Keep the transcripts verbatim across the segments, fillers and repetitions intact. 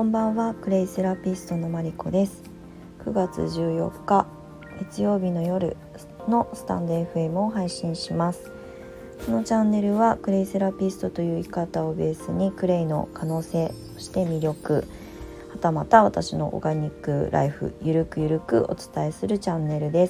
こんばんは、クレイセラピストのマリコです。くがつじゅうよっか月曜日の夜のスタンド エフエム を配信します。このチャンネルはクレイセラピストという生き方をベースにクレイの可能性、そして魅力、はたまた私のオーガニックライフ、ゆるくゆるくお伝えするチャンネルです。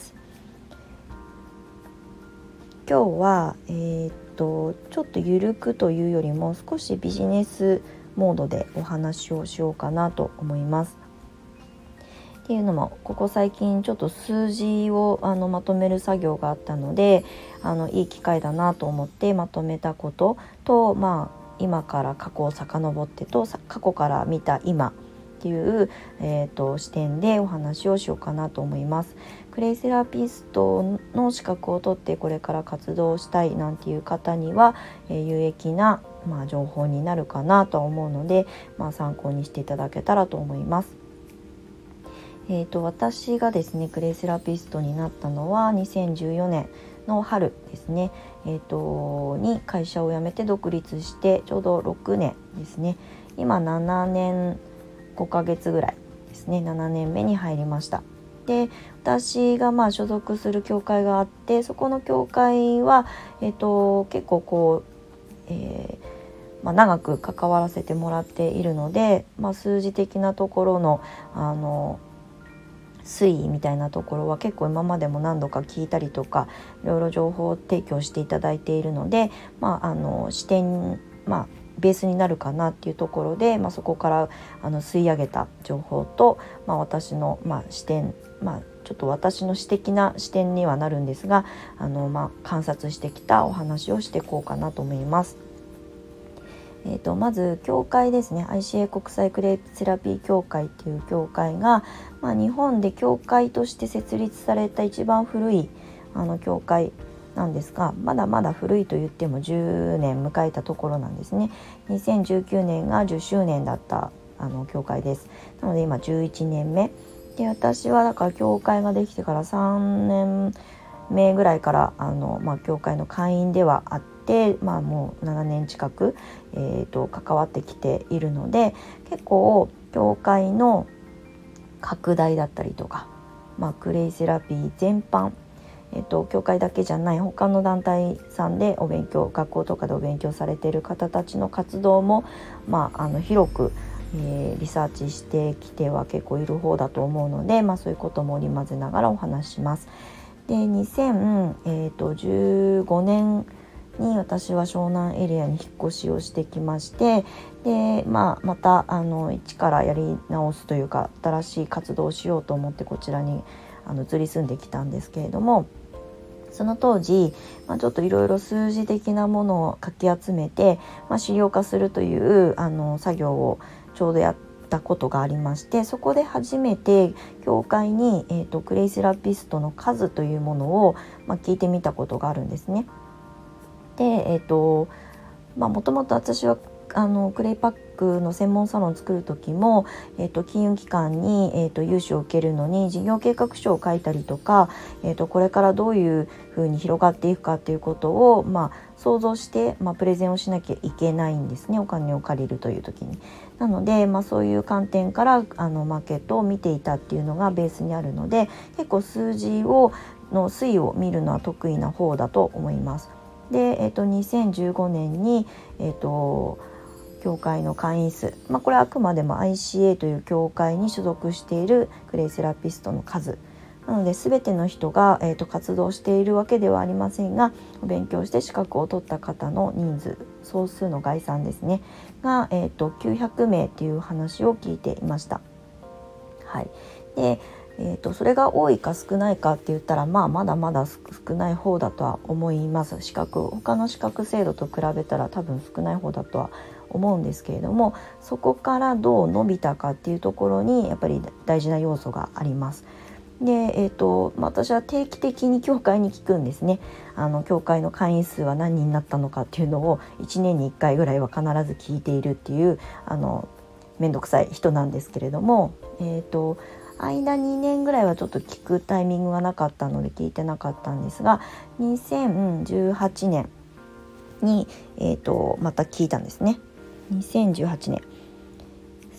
今日は、えー、っとちょっとゆるくというよりも少しビジネスモードでお話をしようかなと思います。っていうのもここ最近ちょっと数字をあのまとめる作業があったので、あのいい機会だなと思ってまとめたことと、まあ今から過去を遡ってと過去から見た今っていう、えー、と視点でお話をしようかなと思います。クレイセラピストの資格を取ってこれから活動したいなんていう方には、えー、有益な、まあ、情報になるかなと思うので、まあ、参考にしていただけたらと思います。えー、と私がですねクレイセラピストになったのはにせんじゅうよねんの春ですね、えー、とに会社を辞めて独立してちょうどろくねんですね。今ななねんごかげつぐらいですね。ななねんめに入りました。で、私がまあ所属する教会があって、そこの教会は、えー、と結構こう、えーまあ、長く関わらせてもらっているので、まあ、数字的なところのあの推移みたいなところは結構今までも何度か聞いたりとかいろいろ情報提供していただいているので、まあ、あの視点、まあ、ベースになるかなっていうところで、まあ、そこからあの吸い上げた情報と、まあ、私の、まあ、視点、まあ、ちょっと私の私的な視点にはなるんですが、あの、まあ、観察してきたお話をしていこうかなと思います。えー、とまず教会ですね。 アイシーエー 国際クレイセラピー協会っていう協会が、まあ、日本で教会として設立された一番古いあの教会なんですが、まだまだ古いと言ってもじゅうねん迎えたところなんですね。にせんじゅうきゅうねんがじゅっしゅうねんだったあの教会です。なので今じゅういちねんめで、私はだから教会ができてからさんねんめぐらいからあの、まあ、教会の会員ではあって、まあ、もうななねん近く、えー、と関わってきているので、結構教会の拡大だったりとか、まあ、クレイセラピー全般、えー、と教会だけじゃない他の団体さんでお勉強、学校とかでお勉強されている方たちの活動も、まあ、あの広くえー、リサーチしてきては結構いる方だと思うので、まあ、そういうことも織り交ぜながらお話しします。でにせんじゅうごねんに私は湘南エリアに引っ越しをしてきまして、で、まあ、またあの一からやり直すというか新しい活動をしようと思ってこちらにあの移り住んできたんですけれども、その当時、まあ、ちょっといろいろ数字的なものをかき集めて、まあ、資料化するというあの作業をちょうどやったことがありまして、そこで初めて教会に、えーと、クレイセラピストの数というものを、まあ、聞いてみたことがあるんですね。で、えーとまあ、もともと私はあのクレイパックの専門サロンを作る時も、えー、と金融機関に、えー、と融資を受けるのに事業計画書を書いたりとか、えー、とこれからどういうふうに広がっていくかということを、まあ、想像して、まあ、プレゼンをしなきゃいけないんですね。お金を借りるという時に。なので、まあ、そういう観点からあのマーケットを見ていたっていうのがベースにあるので、結構数字をの推移を見るのは得意な方だと思います。で、えー、とにせんじゅうごねんに、えー、と教会の会員数、まあ、これはあくまでも アイシーエー という教会に所属しているクレイセラピストの数なので、全ての人が、えー、と活動しているわけではありませんが、勉強して資格を取った方の人数、総数の概算ですねが、えー、ときゅうひゃくめいという話を聞いていました。はい。でえー、とそれが多いか少ないかって言ったら、まあ、まだまだ少ない方だとは思います。資格他の資格制度と比べたら多分少ない方だとは思うんですけれども、そこからどう伸びたかっていうところにやっぱり大事な要素があります。で、えーとまあ、私は定期的に教会に聞くんですね。あの教会の会員数は何人になったのかっていうのをいちねんにいっかいぐらいは必ず聞いているっていう、あのめんどくさい人なんですけれども、えーと間にねんぐらいはちょっと聞くタイミングがなかったので聞いてなかったんですが、にせんじゅうはちねんに、えー、とまた聞いたんですね。にせんじゅうはちねん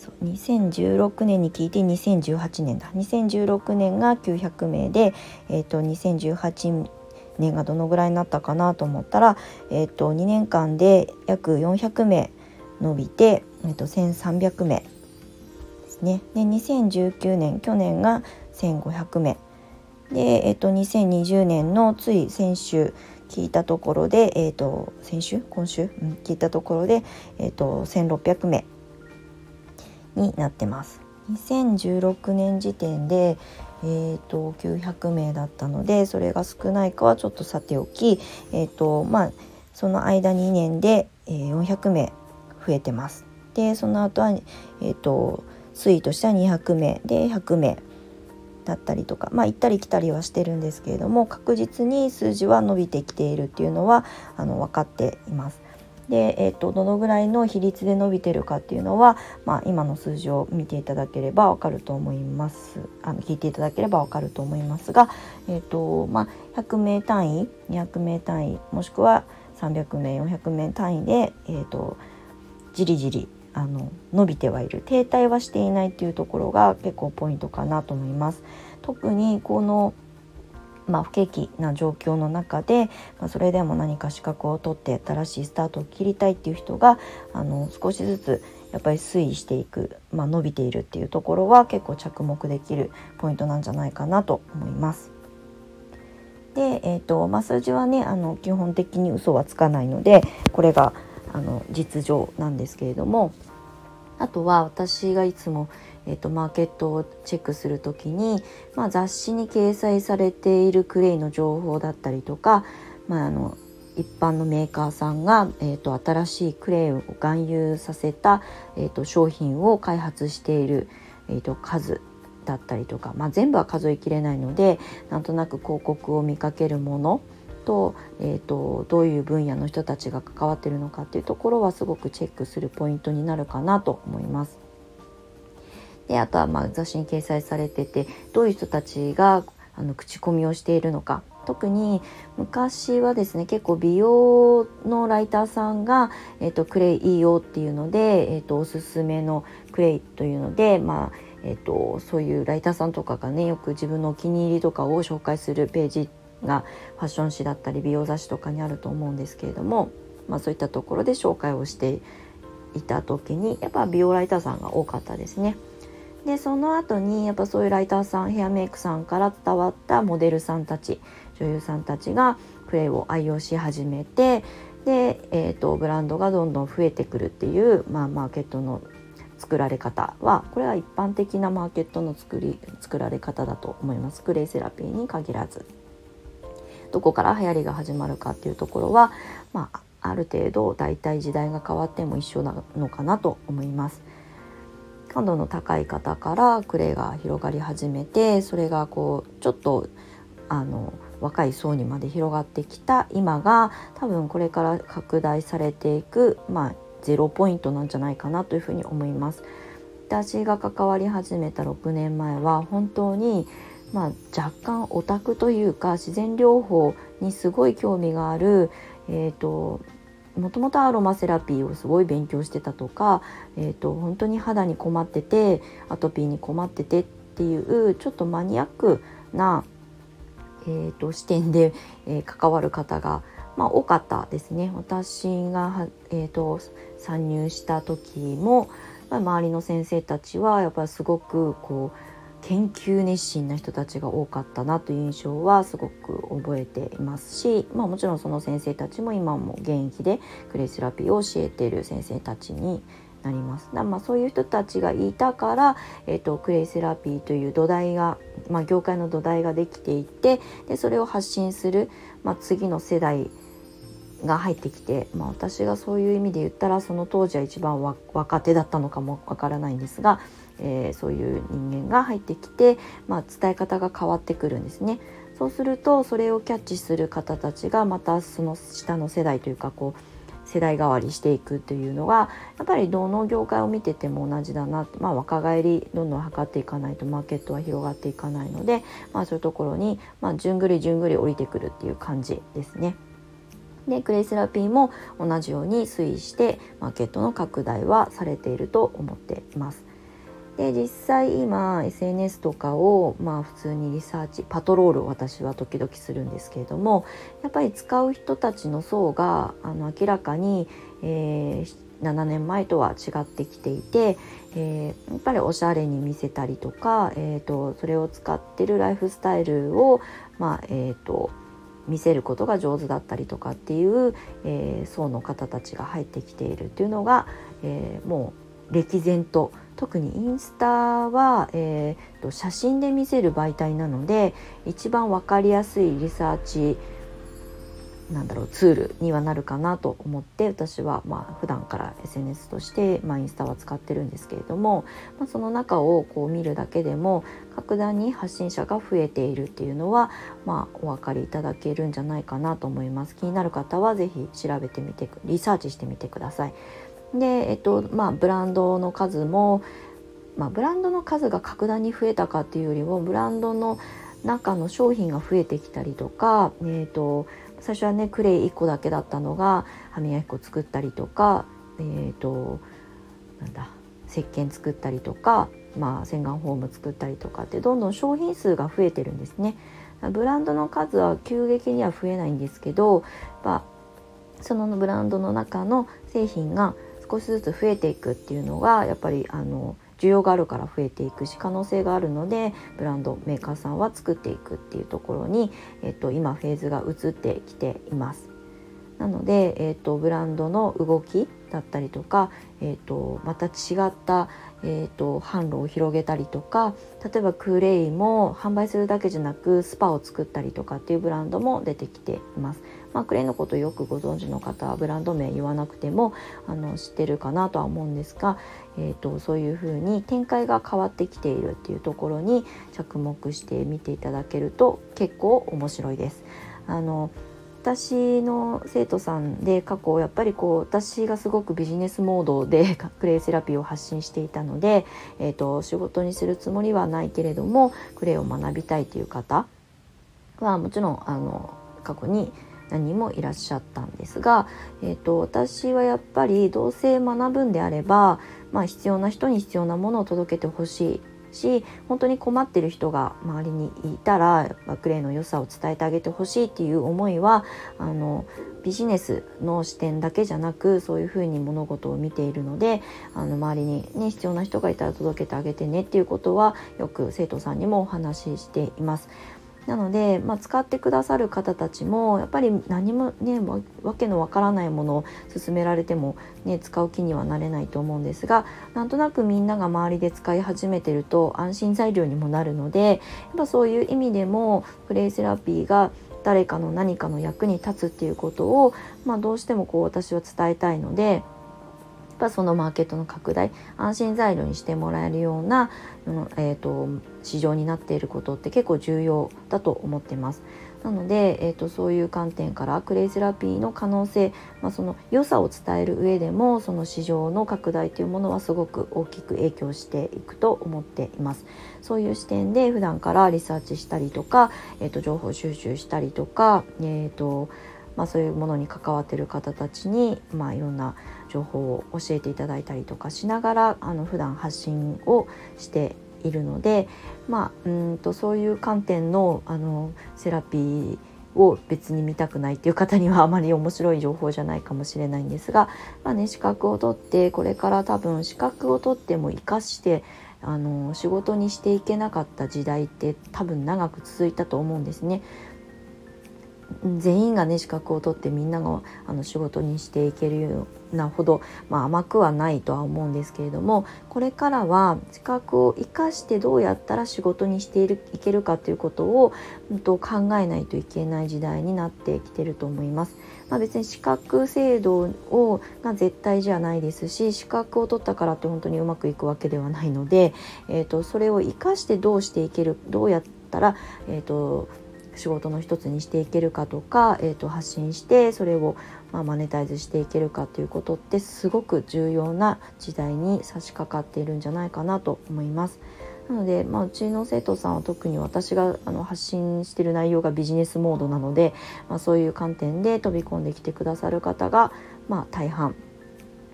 そうにせんじゅうろくねんに聞いてにせんじゅうはちねんだにせんじゅうろくねんがきゅうひゃくめいで、えー、とにせんじゅうはちねんがどのぐらいになったかなと思ったら、えー、とにねんかんで約よんひゃくめい伸びて、えー、とせんさんびゃくめいですね。でにせんじゅうきゅうねん去年がせんごひゃくめいで、えー、とにせんにじゅうねんのつい先週聞いたところで、えー、と先週今週、うん、聞いたところで、えー、とせんろっぴゃくめいになってます。にせんじゅうろくねん時点で、えー、ときゅうひゃくめいだったので、それが少ないかはちょっとさておき、えーとまあ、その間にねんで、えー、よんひゃくめい増えてます。でその後は、えー、と推移としてはにひゃくめいでひゃくめいだったりとか、まあ、行ったり来たりはしてるんですけれども、確実に数字は伸びてきているっていうのはあの分かっています。で、えー、とどのぐらいの比率で伸びてるかっていうのは、まあ、今の数字を見ていただければ分かると思いますあの聞いていただければ分かると思いますが、えーとまあ、ひゃくめい単位にひゃくめい単位もしくはさんびゃくめいよんひゃくめい単位で、えー、とじりじりあの伸びてはいる、停滞はしていないっていうところが結構ポイントかなと思います。特にこのまあ、不景気な状況の中で、まあ、それでも何か資格を取って新しいスタートを切りたいっていう人があの少しずつやっぱり推移していく、まあ、伸びているっていうところは結構着目できるポイントなんじゃないかなと思います。で、えーとまあ、数字はねあの基本的に嘘はつかないので、これがあの実情なんですけれども、あとは私がいつも、えーと、マーケットをチェックするときに、まあ、雑誌に掲載されているクレイの情報だったりとか、まあ、あの一般のメーカーさんが、えーと、新しいクレイを含有させた、えーと、商品を開発している、えーと、数だったりとか、まあ、全部は数えきれないので、なんとなく広告を見かけるものと、えーと、どういう分野の人たちが関わっているのかっていうところはすごくチェックするポイントになるかなと思います。であとはまあ雑誌に掲載されてて、どういう人たちがあの口コミをしているのか、特に昔はですね結構美容のライターさんが、えーと、クレイいいよっていうので、えーと、おすすめのクレイというので、まあえーと、そういうライターさんとかがねよく自分のお気に入りとかを紹介するページがファッション誌だったり美容雑誌とかにあると思うんですけれども、まあ、そういったところで紹介をしていた時にやっぱ美容ライターさんが多かったですね。でその後にやっぱそういうライターさん、ヘアメイクさんから伝わったモデルさんたち、女優さんたちがクレイを愛用し始めて、で、えーと、ブランドがどんどん増えてくるっていう、まあ、マーケットの作られ方は、これは一般的なマーケットの作り作られ方だと思います。クレイセラピーに限らず、どこから流行りが始まるかっていうところは、まあ、ある程度だいたい時代が変わっても一緒なのかなと思います。感度の高い方からクレイが広がり始めて、それがこうちょっとあの若い層にまで広がってきた今が、多分これから拡大されていく、まあ、ゼロポイントなんじゃないかなというふうに思います。私が関わり始めたろくねんまえは本当に、まあ、若干オタクというか自然療法にすごい興味がある、えーともともとアロマセラピーをすごい勉強してたとか、えーと、本当に肌に困っててアトピーに困っててっていうちょっとマニアックな、えーと、視点で、えー、関わる方が、まあ、多かったですね。私が、えーと、参入した時も、まあ、周りの先生たちはやっぱりすごくこう研究熱心な人たちが多かったなという印象はすごく覚えていますし、まあ、もちろんその先生たちも今も現役でクレイセラピーを教えている先生たちになります。だまあそういう人たちがいたから、えーと、クレイセラピーという土台が、まあ、業界の土台ができていて、でそれを発信する、まあ、次の世代が入ってきて、まあ、私がそういう意味で言ったらその当時は一番若手だったのかもわからないんですが、えー、そういう人間が入ってきて、まあ、伝え方が変わってくるんですね。そうするとそれをキャッチする方たちがまたその下の世代というかこう世代代わりしていくというのがやっぱりどの業界を見てても同じだな、まあ、若返りどんどん図っていかないとマーケットは広がっていかないので、まあ、そういうところに、まあ、じゅんぐりじゅんぐり降りてくるっていう感じですね。でクレイセラピーも同じように推移してマーケットの拡大はされていると思っています。 で実際今 エスエヌエス とかをまあ普通にリサーチパトロールを私は時々するんですけれども、やっぱり使う人たちの層があの明らかに、えー、ななねんまえとは違ってきていて、えー、やっぱりおしゃれに見せたりとか、えーと、それを使ってるライフスタイルを、まあえーと、見せることが上手だったりとかっていう、えー、層の方たちが入ってきているっていうのが、えー、もう歴然と、特にインスタは、えーと、写真で見せる媒体なので一番分かりやすいリサーチなんだろうツールにはなるかなと思って、私はまあ普段から エスエヌエス として、まあ、インスタは使ってるんですけれども、まあ、その中をこう見るだけでも格段に発信者が増えているっていうのは、まあ、お分かりいただけるんじゃないかなと思います。気になる方はぜひ調べてみてリサーチしてみてください。で、えっとまあ、ブランドの数も、まあ、ブランドの数が格段に増えたかっていうよりもブランドの中の商品が増えてきたりとか、えーと、最初はねクレイいっこだけだったのが歯磨き粉作ったりとか、えーと、なんだ石鹸作ったりとか、まあ、洗顔フォーム作ったりとかってどんどん商品数が増えてるんですね。ブランドの数は急激には増えないんですけど、まあ、そのブランドの中の製品が少しずつ増えていくっていうのがやっぱりあの需要があるから増えていくし、可能性があるのでブランドメーカーさんは作っていくっていうところに、えっと、今フェーズが移ってきています。なので、えっと、ブランドの動きだったりとか、えっと、また違った、えっと、販路を広げたりとか、例えばクレイも販売するだけじゃなくスパを作ったりとかっていうブランドも出てきています。まあ、クレイのことをよくご存知の方はブランド名言わなくてもあの知ってるかなとは思うんですが、えーと、そういうふうに展開が変わってきているっていうところに着目して見ていただけると結構面白いです。あの私の生徒さんで過去やっぱりこう私がすごくビジネスモードでクレイセラピーを発信していたので、えーと、仕事にするつもりはないけれどもクレイを学びたいという方はもちろんあの過去に何人もいらっしゃったんですが、えーと、私はやっぱりどうせ学ぶんであれば、まあ、必要な人に必要なものを届けてほしいし、本当に困ってる人が周りにいたらやっぱクレイの良さを伝えてあげてほしいっていう思いはあのビジネスの視点だけじゃなくそういうふうに物事を見ているので、あの周りに、ね、必要な人がいたら届けてあげてねっていうことはよく生徒さんにもお話ししています。なので、まあ、使ってくださる方たちもやっぱり何もねわわけのわからないものを勧められても、ね、使う気にはなれないと思うんですが、なんとなくみんなが周りで使い始めてると安心材料にもなるので、やっぱそういう意味でもクレイセラピーが誰かの何かの役に立つっていうことを、まあ、どうしてもこう私は伝えたいので、やっぱそのマーケットの拡大、安心材料にしてもらえるような、うんえーと、市場になっていることって結構重要だと思ってます。なので、えーと、そういう観点からクレイセラピーの可能性、まあ、その良さを伝える上でもその市場の拡大というものはすごく大きく影響していくと思っています。そういう視点で普段からリサーチしたりとか、えーと、情報収集したりとか、えーとまあ、そういうものに関わっている方たちに、まあ、いろんな情報を教えていただいたりとかしながらあの普段発信をしているので、まあ、うんとそういう観点の、あのセラピーを別に見たくないっていう方にはあまり面白い情報じゃないかもしれないんですが、まあね、資格を取ってこれから多分資格を取っても生かしてあの仕事にしていけなかった時代って多分長く続いたと思うんですね。全員がね資格を取ってみんながあの仕事にしていけるようなほど、まあ、甘くはないとは思うんですけれども、これからは資格を生かしてどうやったら仕事にしているいけるかということを、うん、と考えないといけない時代になってきてると思います。まあ、別に資格制度をが絶対じゃないですし、資格を取ったからって本当にうまくいくわけではないので、えー、とそれを生かしてどうしていけるどうやったら、えー、と仕事の一つにしていけるかとか、えー、と発信してそれをまあマネタイズしていけるかということってすごく重要な時代に差し掛かっているんじゃないかなと思います。なので、まあ、うちの生徒さんは特に私があの発信している内容がビジネスモードなので、まあ、そういう観点で飛び込んできてくださる方が、まあ、大半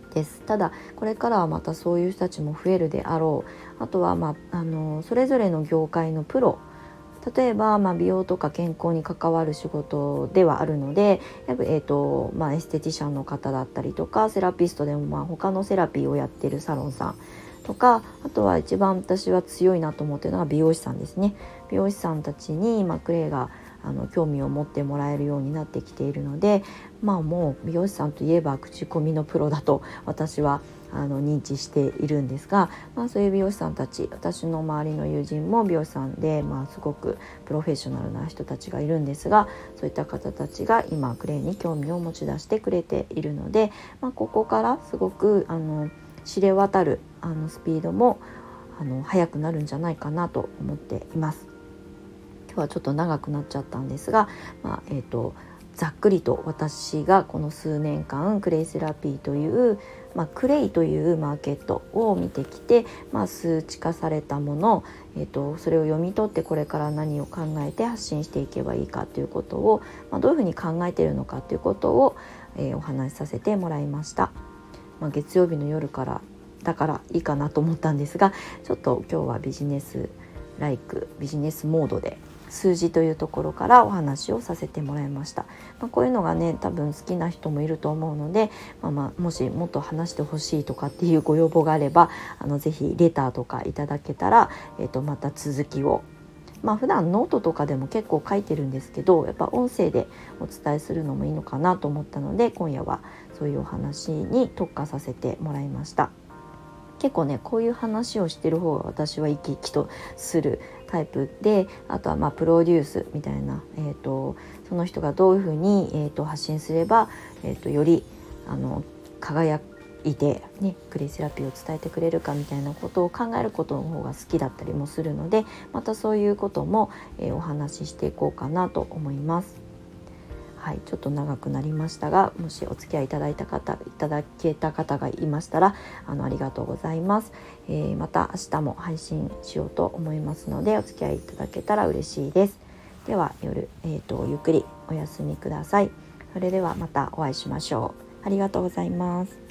です。ただこれからはまたそういう人たちも増えるであろう。あとは、まあ、あのそれぞれの業界のプロ、例えば、まあ、美容とか健康に関わる仕事ではあるので、やっぱ、えーとまあ、エステティシャンの方だったりとか、セラピストでも、まあ、他のセラピーをやっているサロンさんとか、あとは一番私は強いなと思っているのは美容師さんですね。美容師さんたちに、まあ、クレイがあの興味を持ってもらえるようになってきているので、まあもう美容師さんといえば口コミのプロだと私はあの認知しているんですが、まあ、そういう美容師さんたち、私の周りの友人も美容師さんで、まあ、すごくプロフェッショナルな人たちがいるんですが、そういった方たちが今クレイに興味を持ち出してくれているので、まあ、ここからすごくあの知れ渡るあのスピードもあの速くなるんじゃないかなと思っています。今日はちょっと長くなっちゃったんですが、まあえーと、ざっくりと私がこの数年間クレイセラピーという、まあ、クレイというマーケットを見てきて、まあ、数値化されたもの、えーと、それを読み取ってこれから何を考えて発信していけばいいかということを、まあ、どういうふうに考えているのかということを、えー、お話しさせてもらいました。まあ、月曜日の夜からだからいいかなと思ったんですが、ちょっと今日はビジネスライクビジネスモードで数字というところからお話をさせてもらいました。まあ、こういうのがね多分好きな人もいると思うので、まあ、まあもしもっと話してほしいとかっていうご要望があれば、あのぜひレターとかいただけたら、えーと、また続きを、まあ普段ノートとかでも結構書いてるんですけど、やっぱ音声でお伝えするのもいいのかなと思ったので、今夜はそういうお話に特化させてもらいました。結構ねこういう話をしてる方が私は生き生きとするタイプで、あとはまあプロデュースみたいな、えーと、その人がどういうふうに、えーと、発信すれば、えーと、よりあの輝いて、ね、クレイセラピーを伝えてくれるかみたいなことを考えることの方が好きだったりもするので、またそういうことも、えー、お話ししていこうかなと思います。はい、ちょっと長くなりましたが、もしお付き合いいただいた方いただけた方がいましたら、あのありがとうございます。えー、また明日も配信しようと思いますので、お付き合いいただけたら嬉しいです。では夜、えーと、ゆっくりお休みください。それではまたお会いしましょう。ありがとうございます。